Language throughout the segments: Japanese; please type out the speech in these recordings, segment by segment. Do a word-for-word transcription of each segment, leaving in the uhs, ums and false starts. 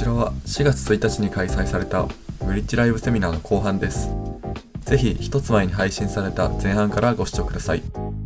らはしがつついたちに開催されたブリッジライブセミナーの後半です。ぜひ一つ前に配信された前半からご視聴ください。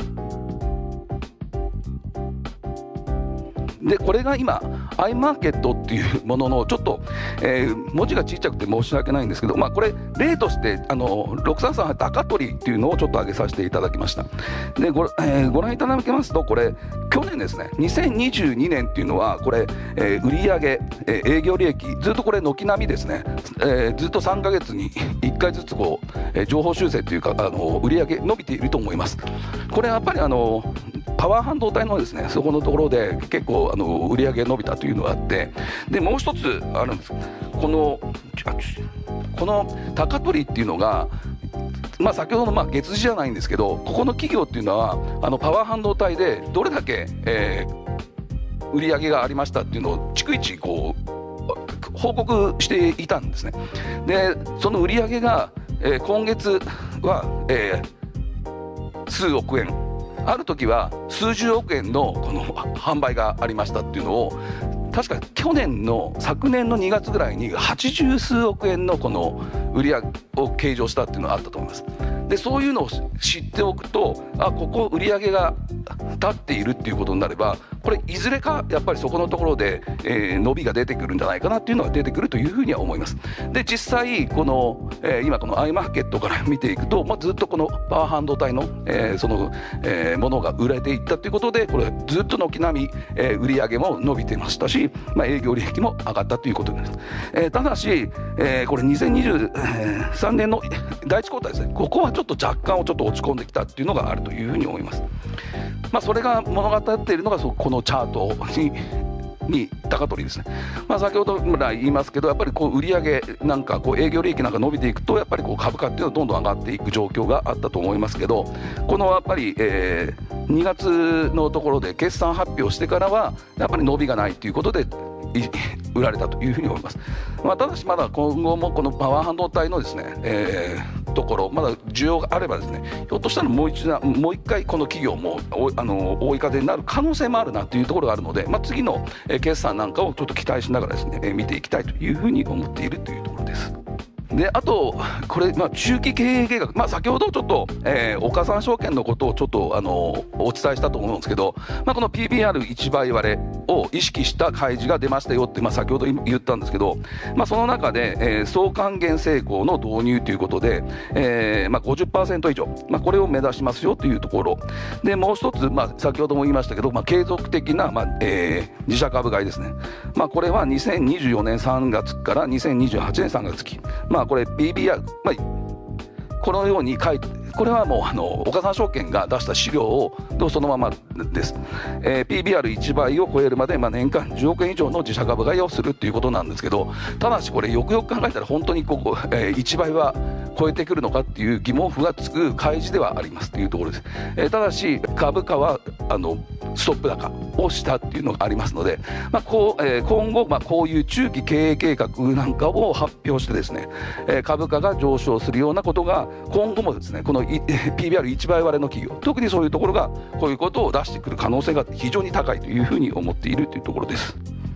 でこれが今 iMarket っていうもののちょっと、えー、文字が小さくて申し訳ないんですけど、まあ、これ例としてあのろくさんさんはち高取っていうのをちょっと挙げさせていただきました。で ご,、えー、ご覧いただけますと、これ去年ですね、にせんにじゅうにねんっていうのはこれ、えー、売上、えー、営業利益ずっとこれ軒並みですね、えー、ずっとさんかげつにいっかいずつこう、えー、情報修正というかあの売上伸びていると思います。これやっぱりあのパワー半導体のですね、そこのところで結構あの売上伸びたというのがあって、でもう一つあるんです。このこの高取っていうのが、まあ、先ほどのまあ月次じゃないんですけど、ここの企業っていうのはあのパワー半導体でどれだけ、えー、売上がありましたっていうのを逐一こう報告していたんですね。でその売上が、えー、今月は、えー、数億円、ある時は数十億円のこの販売がありましたっていうのを、確か去年の昨年のにがつぐらいにはちじゅう数億円のこの売り上げを計上したっていうのがあったと思います。でそういうのを知っておくと、あここ売り上げが立っているっていうことになれば、これいずれかやっぱりそこのところで、えー、伸びが出てくるんじゃないかなっていうのが出てくるというふうには思います。で実際この、えー、今この iMarket から見ていくと、まあ、ずっとこのパワー半導体の、えー、その、えー、ものが売れていったということで、これずっと軒並み、えー、売り上げも伸びてましたし、まあ、営業利益も上がったということです。えー、ただし、えー、これにせんにじゅうさんねんのだいいちクォーターですね、ここはちょっと若干をちょっと落ち込んできたっていうのがあるというふうに思います。まあ、それが物語っているのがこのチャートにに高取ですね。まあ、先ほど来言いますけど、やっぱりこう売上なんかこう営業利益なんか伸びていくと、やっぱりこう株価っていうのはどんどん上がっていく状況があったと思いますけど、このやっぱり、えー、にがつのところで決算発表してからはやっぱり伸びがないということで売られたというふうに思います。まあ、ただしまだ今後もこのパワー半導体のですね、えー、ところまだ需要があればですね、ひょっとしたらもう一度もう一回この企業もあの追い風になる可能性もあるなというところがあるので、まあ、次の決算なんかをちょっと期待しながらですね見ていきたいというふうに思っているというところです。であとこれ、まあ、中期経営計画、まあ、先ほどちょっと、えー、岡三証券のことをちょっとあのお伝えしたと思うんですけど、まあ、この ピービーアールいち 倍割れを意識した開示が出ましたよって、まあ、先ほど言ったんですけど、まあ、その中で、えー、総還元成功の導入ということで、えーまあ、ごじゅっパーセント 以上、まあ、これを目指しますよというところで、もう一つ、まあ、先ほども言いましたけど、まあ、継続的な、まあえー、自社株買いですね。まあ、これはにせんにじゅうよねんさんがつからにせんにじゅうはちねんさんがつ期、まあこれ ピービーアール、まあ、このように書いて、これはもうあの岡三証券が出した資料をそのままです。えー、ピービーアールいち 倍を超えるまで、まあ、年間じゅうおくえん以上の自社株買いをするということなんですけど、ただしこれよくよく考えたら本当にここ、えー、いちばいは超えてくるのかっていう疑問符がつく開示ではありますというところです。えー、ただし株価はあのストップ高をしたっていうのがありますので、まあこうえー、今後、まあ、こういう中期経営計画なんかを発表してですね、えー、株価が上昇するようなことが今後もですね、この ピービーアールいち 倍割れの企業、特にそういうところがこういうことを出してくる可能性が非常に高いというふうに思っているというところです。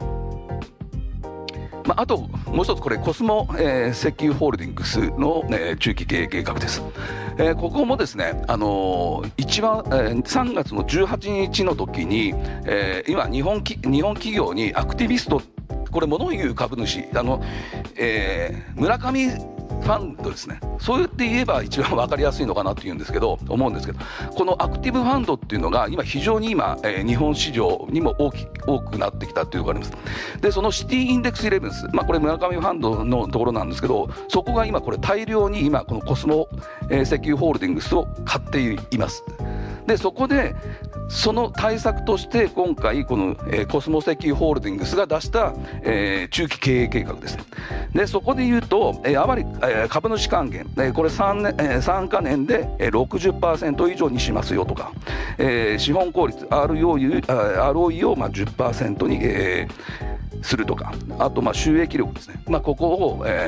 まあ、あともう一つ、これコスモ、えー、石油ホールディングスの、ね、中期経営計画です。えー、ここもですね、あのー、一番、えー、さんがつのじゅうはちにちの時に、えー、今日本き日本企業にアクティビスト、これ物言う株主、あの、えー、村上ファンドですね、そうやって言えば一番分かりやすいのかなというんですけど思うんですけど、このアクティブファンドっていうのが今非常に今、えー、日本市場にも大き多くなってきたというのがあります。でそのシティインデックスイレブンス、まあ、これ村上ファンドのところなんですけど、そこが今これ大量に今このコスモ、えー、石油ホールディングスを買っています。でそこでその対策として今回この、えー、コスモ石油ホールディングスが出した、えー、中期経営計画ですね。でそこで言うと、えー、あまり、えー、株主還元、えー、これ 3, 年、えー、さんかねんで ろくじゅっパーセント 以上にしますよとか、えー、資本効率 アールオーイー アールオーイー をまあ じゅっパーセント に、えー、するとか、あとまあ収益力ですね、まあ、ここを、えー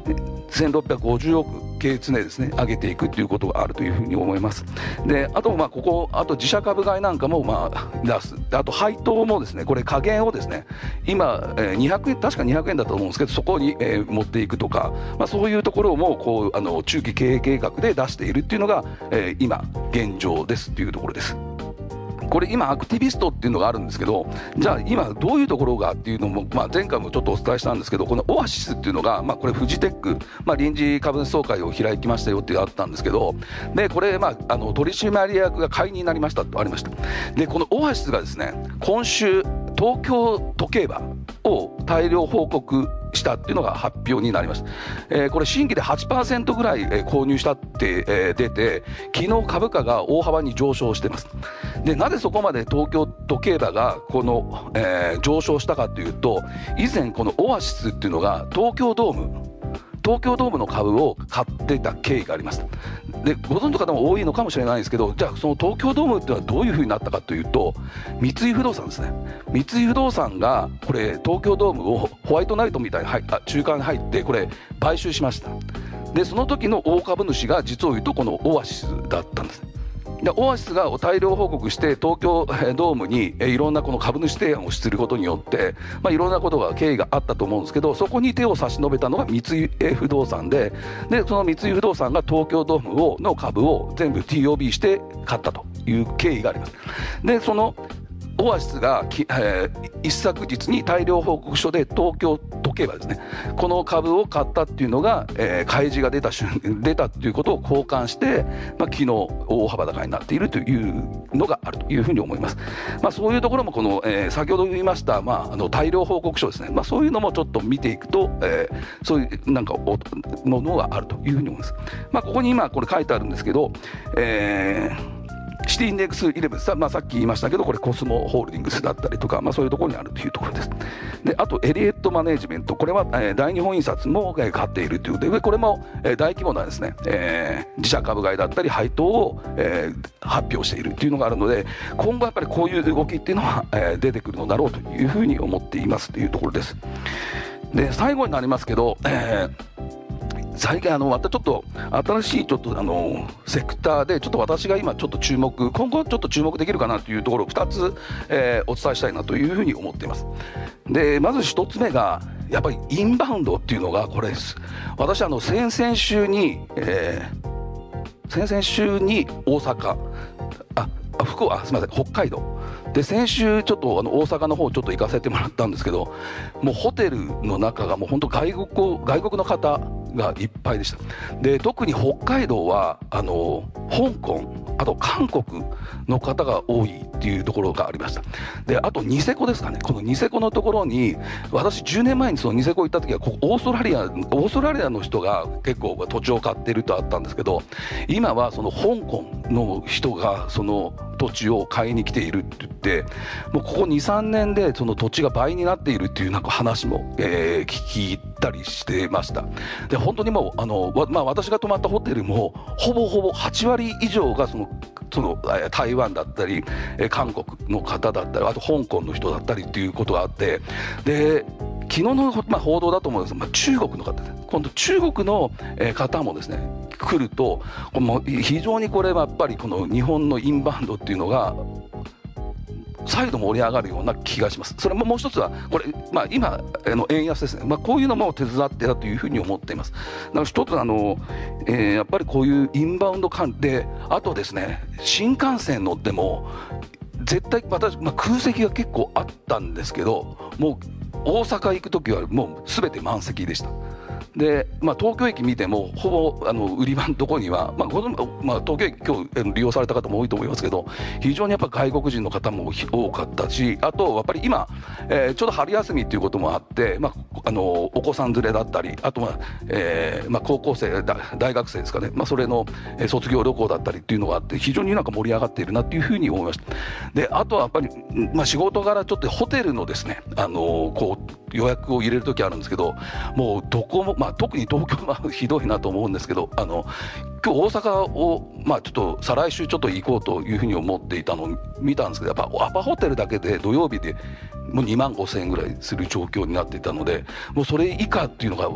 せんろっぴゃくごじゅうおく経営常ですね上げていくということがあるというふうに思います。であとまあここあと自社株買いなんかもまあ出す、あと配当もですねこれ下限をですね今、えー、にひゃくえん確かにひゃくえんだと思うんですけどそこに、えー、持っていくとか、まあ、そういうところもこうあの中期経営計画で出しているっていうのが、えー、今現状ですというところです。これ今アクティビストっていうのがあるんですけど、じゃあ今どういうところがっていうのも、まあ、前回もちょっとお伝えしたんですけど、このオアシスっていうのが、まあ、これフジテック、まあ、臨時株主総会を開きましたよっていうのがあったんですけど、でこれ、まあ、あの取締役が解任になりましたとありました。でこのオアシスがですね今週東京都競馬を大量報告したっていうのが発表になりました。えー、これ新規で はちパーセント ぐらい、えー、購入したって、えー、出て昨日株価が大幅に上昇しています。でなぜそこまで東京都競馬がこの、えー、上昇したかというと、以前このオアシスっていうのが東京ドーム東京ドームの株を買ってた経緯があります。でご存知の方も多いのかもしれないですけど、じゃあその東京ドームっていうのはどういうふうになったかというと、三井不動産ですね。三井不動産がこれ東京ドームをホワイトナイトみたいに入あ中間に入ってこれ買収しました。でその時の大株主が実を言うとこのオアシスだったんです。でオアシスが大量報告して東京ドームにいろんなこの株主提案をすることによって、まあ、いろんなことが経緯があったと思うんですけど、そこに手を差し伸べたのが三井不動産で、でその三井不動産が東京ドームをの株を全部 ティーオービー して買ったという経緯があります。でそのオアシスが、えー、一昨日に大量報告書で東京都競馬ですねこの株を買ったっていうのが、えー、開示が出た出たっていうことを交換して、まあ、昨日大幅高になっているというのがあるというふうに思います。まあ、そういうところもこの、えー、先ほど言いました、まあ、あの大量報告書ですね、まあ、そういうのもちょっと見ていくと、えー、そういうなんかものがあるというふうに思います。まあ、ここに今これ書いてあるんですけど、えーシティインデックスじゅういち、まあ、さっき言いましたけどこれコスモホールディングスだったりとか、まあ、そういうところにあるというところです。であとエリエットマネジメント、これは、えー、大日本印刷も、えー、買っているということで、これも、えー、大規模なですね、えー、自社株買いだったり配当を、えー、発表しているというのがあるので、今後やっぱりこういう動きっていうのは、えー、出てくるのだろうというふうに思っていますというところです。で最後になりますけど、えー最近あのまたちょっと新しいちょっとあのセクターでちょっと私が今ちょっと注目今後ちょっと注目できるかなというところをふたつ、えー、お伝えしたいなというふうに思っています。でまずひとつめがやっぱりインバウンドっていうのがこれです。私あの先々週に、えー、先々週に大阪あ福岡あすみません北海道で先週ちょっとあの大阪の方ちょっと行かせてもらったんですけど、もうホテルの中がもう本当外国外国の方がいっぱいでした。で特に北海道はあの香港あと韓国の方が多いっていうところがありました。であとニセコですかね、このニセコのところに私じゅうねんまえにそのニセコ行った時はここオーストラリアオーストラリアの人が結構土地を買ってるとあったんですけど、今はその香港の人がその土地を買いに来ているって言って、もうここ にさんねんでその土地が倍になっているっていうなんか話も、えー、聞いたりしてました。で本当にもうあの、まあ、私が泊まったホテルもほぼほぼはちわり以上がそのその台湾だったり韓国の方だったりあと香港の人だったりっていうことがあって、で昨日の、まあ、報道だと思うんですが、まあ、中国の方ですね、今度中国の方もですね来るともう非常にこれはやっぱりこの日本のインバウンドっていうのが再度盛り上がるような気がします。それももう一つはこれ、まあ、今の円安ですね、まあ、こういうのも手伝ってたというふうに思っています。だから一つあの、えー、やっぱりこういうインバウンド関で、あとですね新幹線乗っても絶対私、まあ、空席が結構あったんですけど、もう大阪行く時はもう全て満席でした。で、まあ、東京駅見てもほぼあの売り場のところには、まあごまあ、東京駅今日利用された方も多いと思いますけど、非常にやっぱ外国人の方も多かったし、あとやっぱり今、えー、ちょうど春休みということもあって、まあ、あのお子さん連れだったり、あとは、えーまあ、高校生大学生ですかね、まあ、それの卒業旅行だったりっていうのがあって、非常になんか盛り上がっているなっていうふうに思いました。であとはやっぱり、まあ、仕事柄ちょっとホテルのですね、あのこう予約を入れる時あるんですけど、もうどこも、まあ、特に東京はひどいなと思うんですけど、あの今日大阪を、まあ、ちょっと再来週ちょっと行こうというふうに思っていたのを見たんですけど、やっぱアパホテルだけで土曜日でもうにまんごせんえんぐらいする状況になっていたので、もうそれ以下っていうのが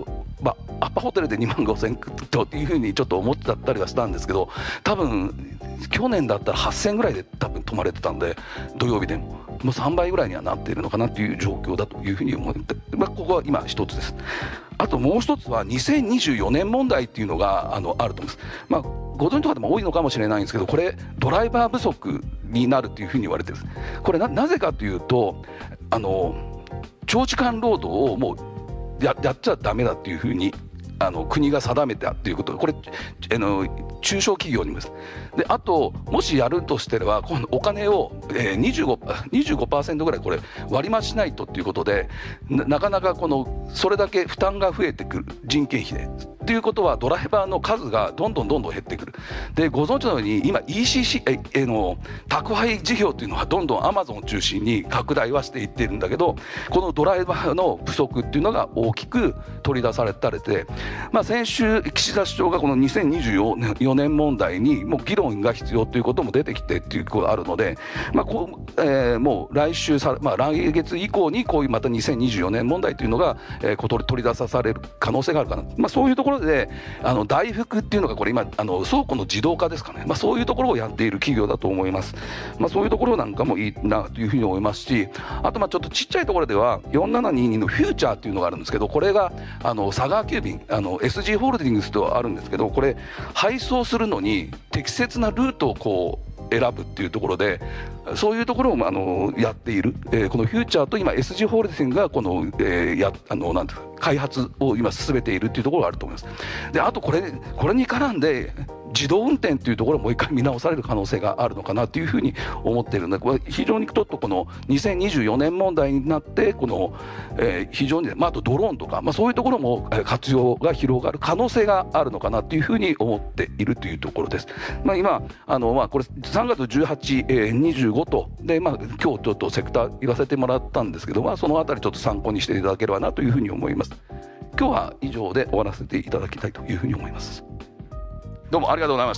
まあ、アパホテルでにまんごせんというふうにちょっと思ってたりはしたんですけど、多分去年だったらはっせんぐらいで多分泊まれてたんで、土曜日でももうさんばいぐらいにはなっているのかなという状況だというふうに思って、まあ、ここは今一つです。あともう一つはにせんにじゅうよねん問題っていうのがあのあると思います。まあ、ご存知の方も多いのかもしれないんですけど、これドライバー不足になるというふうに言われてるんです。これ な, なぜかというと、あの長時間労働をもう や, やっちゃダメだっていうふうにあの国が定めたということ、これあの中小企業にもです。であともしやるとしては、このお金を、えー、にじゅうごパーセント ぐらいこれ割り増しないとということで、 な, なかなかこのそれだけ負担が増えてくる、人件費でということはドライバーの数がどんどんどんどん減ってくる。でご存知のように今 イーシーシー えの宅配事業というのはどんどんアマゾンを中心に拡大はしていっているんだけど、このドライバーの不足っていうのが大きく取り出されたれて、まあ、先週岸田首相がこのにせんにじゅうよねん問題にもう議論が必要ということも出てきてっていうことがあるので、まあこうえー、もう来週さ、まあ、来月以降にこういうまたにせんにじゅうよねん問題というのが、えー、取り取り出される可能性があるかな、まあ、そういうところであの大福っていうのがこれ今あの倉庫の自動化ですかね、まあ、そういうところをやっている企業だと思います。まあ、そういうところなんかもいいなというふうに思いますし、あとまあちょっとちっちゃいところではよんななにーにのフューチャーっていうのがあるんですけど、これがあの佐川急便あの エスジー ホールディングスとあるんですけど、これ配送するのに適切なルートをこう選ぶっていうところで、そういうところをあのやっている、えー、このフューチャーと今 エスジー ホールディングスがこの、えー、やあのなんていうか開発を今進めているっていうところがあると思います。であとこれこれに絡んで自動運転というところもう一回見直される可能性があるのかなというふうに思っているので、これ非常にちょっとこのにせんにじゅうよねん問題になってこの、えー、非常に、まあ、あとドローンとか、まあ、そういうところも活用が広がる可能性があるのかなというふうに思っているというところです。まあ、今あの、まあ、これさんがつじゅうはち、えー、にじゅうごとで、まあ、今日ちょっとセクター言わせてもらったんですけど、まあ、そのあたりちょっと参考にしていただければなというふうに思います。今日は以上で終わらせていただきたいというふうに思います。どうもありがとうございました。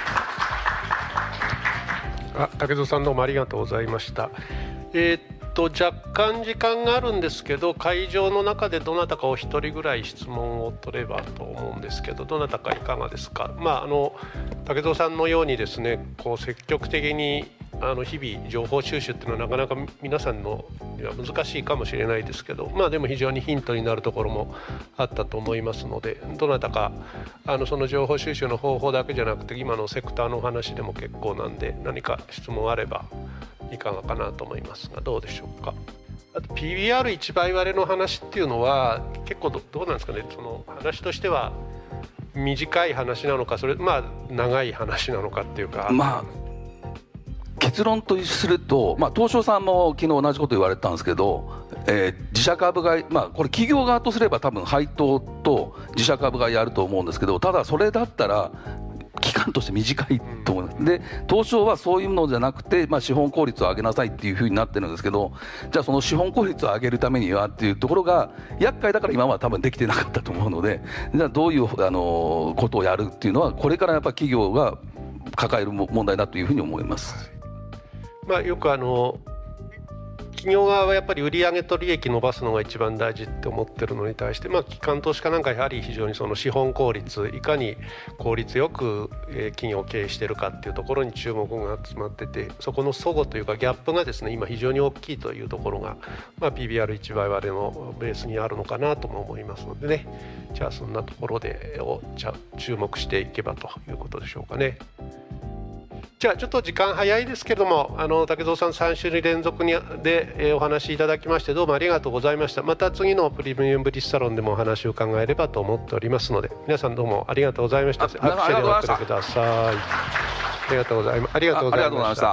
あ、竹蔵さんどうもありがとうございました。えー、っと若干時間があるんですけど、会場の中でどなたかお一人ぐらい質問を取ればと思うんですけど、どなたかいかがですか。まああの竹蔵さんのようにですね、こう積極的にあの日々情報収集っていうのはなかなか皆さんのには難しいかもしれないですけど、まあでも非常にヒントになるところもあったと思いますので、どなたかあのその情報収集の方法だけじゃなくて今のセクターのお話でも結構なんで、何か質問あればいかがかなと思いますが、どうでしょうか。あと ピービーアールいち 倍割れの話っていうのは結構 ど, どうなんですかね、その話としては短い話なのか、それまあ長い話なのかっていうか、 まあ結論とすると、まあ、東証さんも昨日同じこと言われてたんですけど、えー、自社株買い、まあ、これ企業側とすれば多分配当と自社株買いやると思うんですけど、ただそれだったら期間として短いと思います。で東証はそういうのじゃなくて、まあ、資本効率を上げなさいっていうふうになってるんですけど、じゃあその資本効率を上げるためにはっていうところが厄介だから今は多分できてなかったと思うので、じゃあどういうあのことをやるっていうのはこれからやっぱ企業が抱える問題だというふうに思います。 まあ、よくあの企業側はやっぱり売上と利益伸ばすのが一番大事って思ってるのに対して、まあ、機関投資家なんかやはり非常にその資本効率、いかに効率よく企業を経営しているかっていうところに注目が集まってて、そこの齟齬というかギャップがですね今非常に大きいというところが、まあ、ピービーアールいち 倍割れのベースにあるのかなとも思いますのでね、じゃあそんなところでを注目していけばということでしょうかね。じゃあちょっと時間早いですけども、あの竹蔵さんさん週連続にで、えー、お話しいただきましてどうもありがとうございました。また次のプレミアムブリッジサロンでもお話を伺えればと思っておりますので、皆さんどうもありがとうございました。アクションでお送りください。ありがとうございます。ありがとうございました。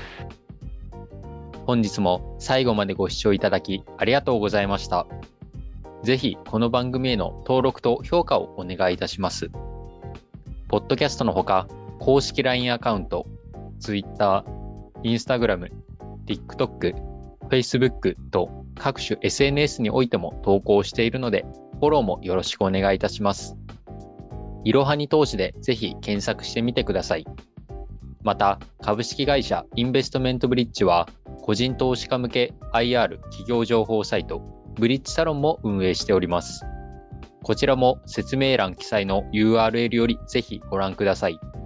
本日も最後までご視聴いただきありがとうございました。ぜひこの番組への登録と評価をお願いいたします。ポッドキャストのほか公式 ライン アカウント、Twitter、Instagram、TikTok、Facebook と各種 エスエヌエス においても投稿しているので、フォローもよろしくお願いいたします。いろはに投資でぜひ検索してみてください。また、株式会社インベストメントブリッジは、個人投資家向け アイアール 企業情報サイト、ブリッジサロンも運営しております。 こちらも説明欄記載の ユーアールエル よりぜひご覧ください。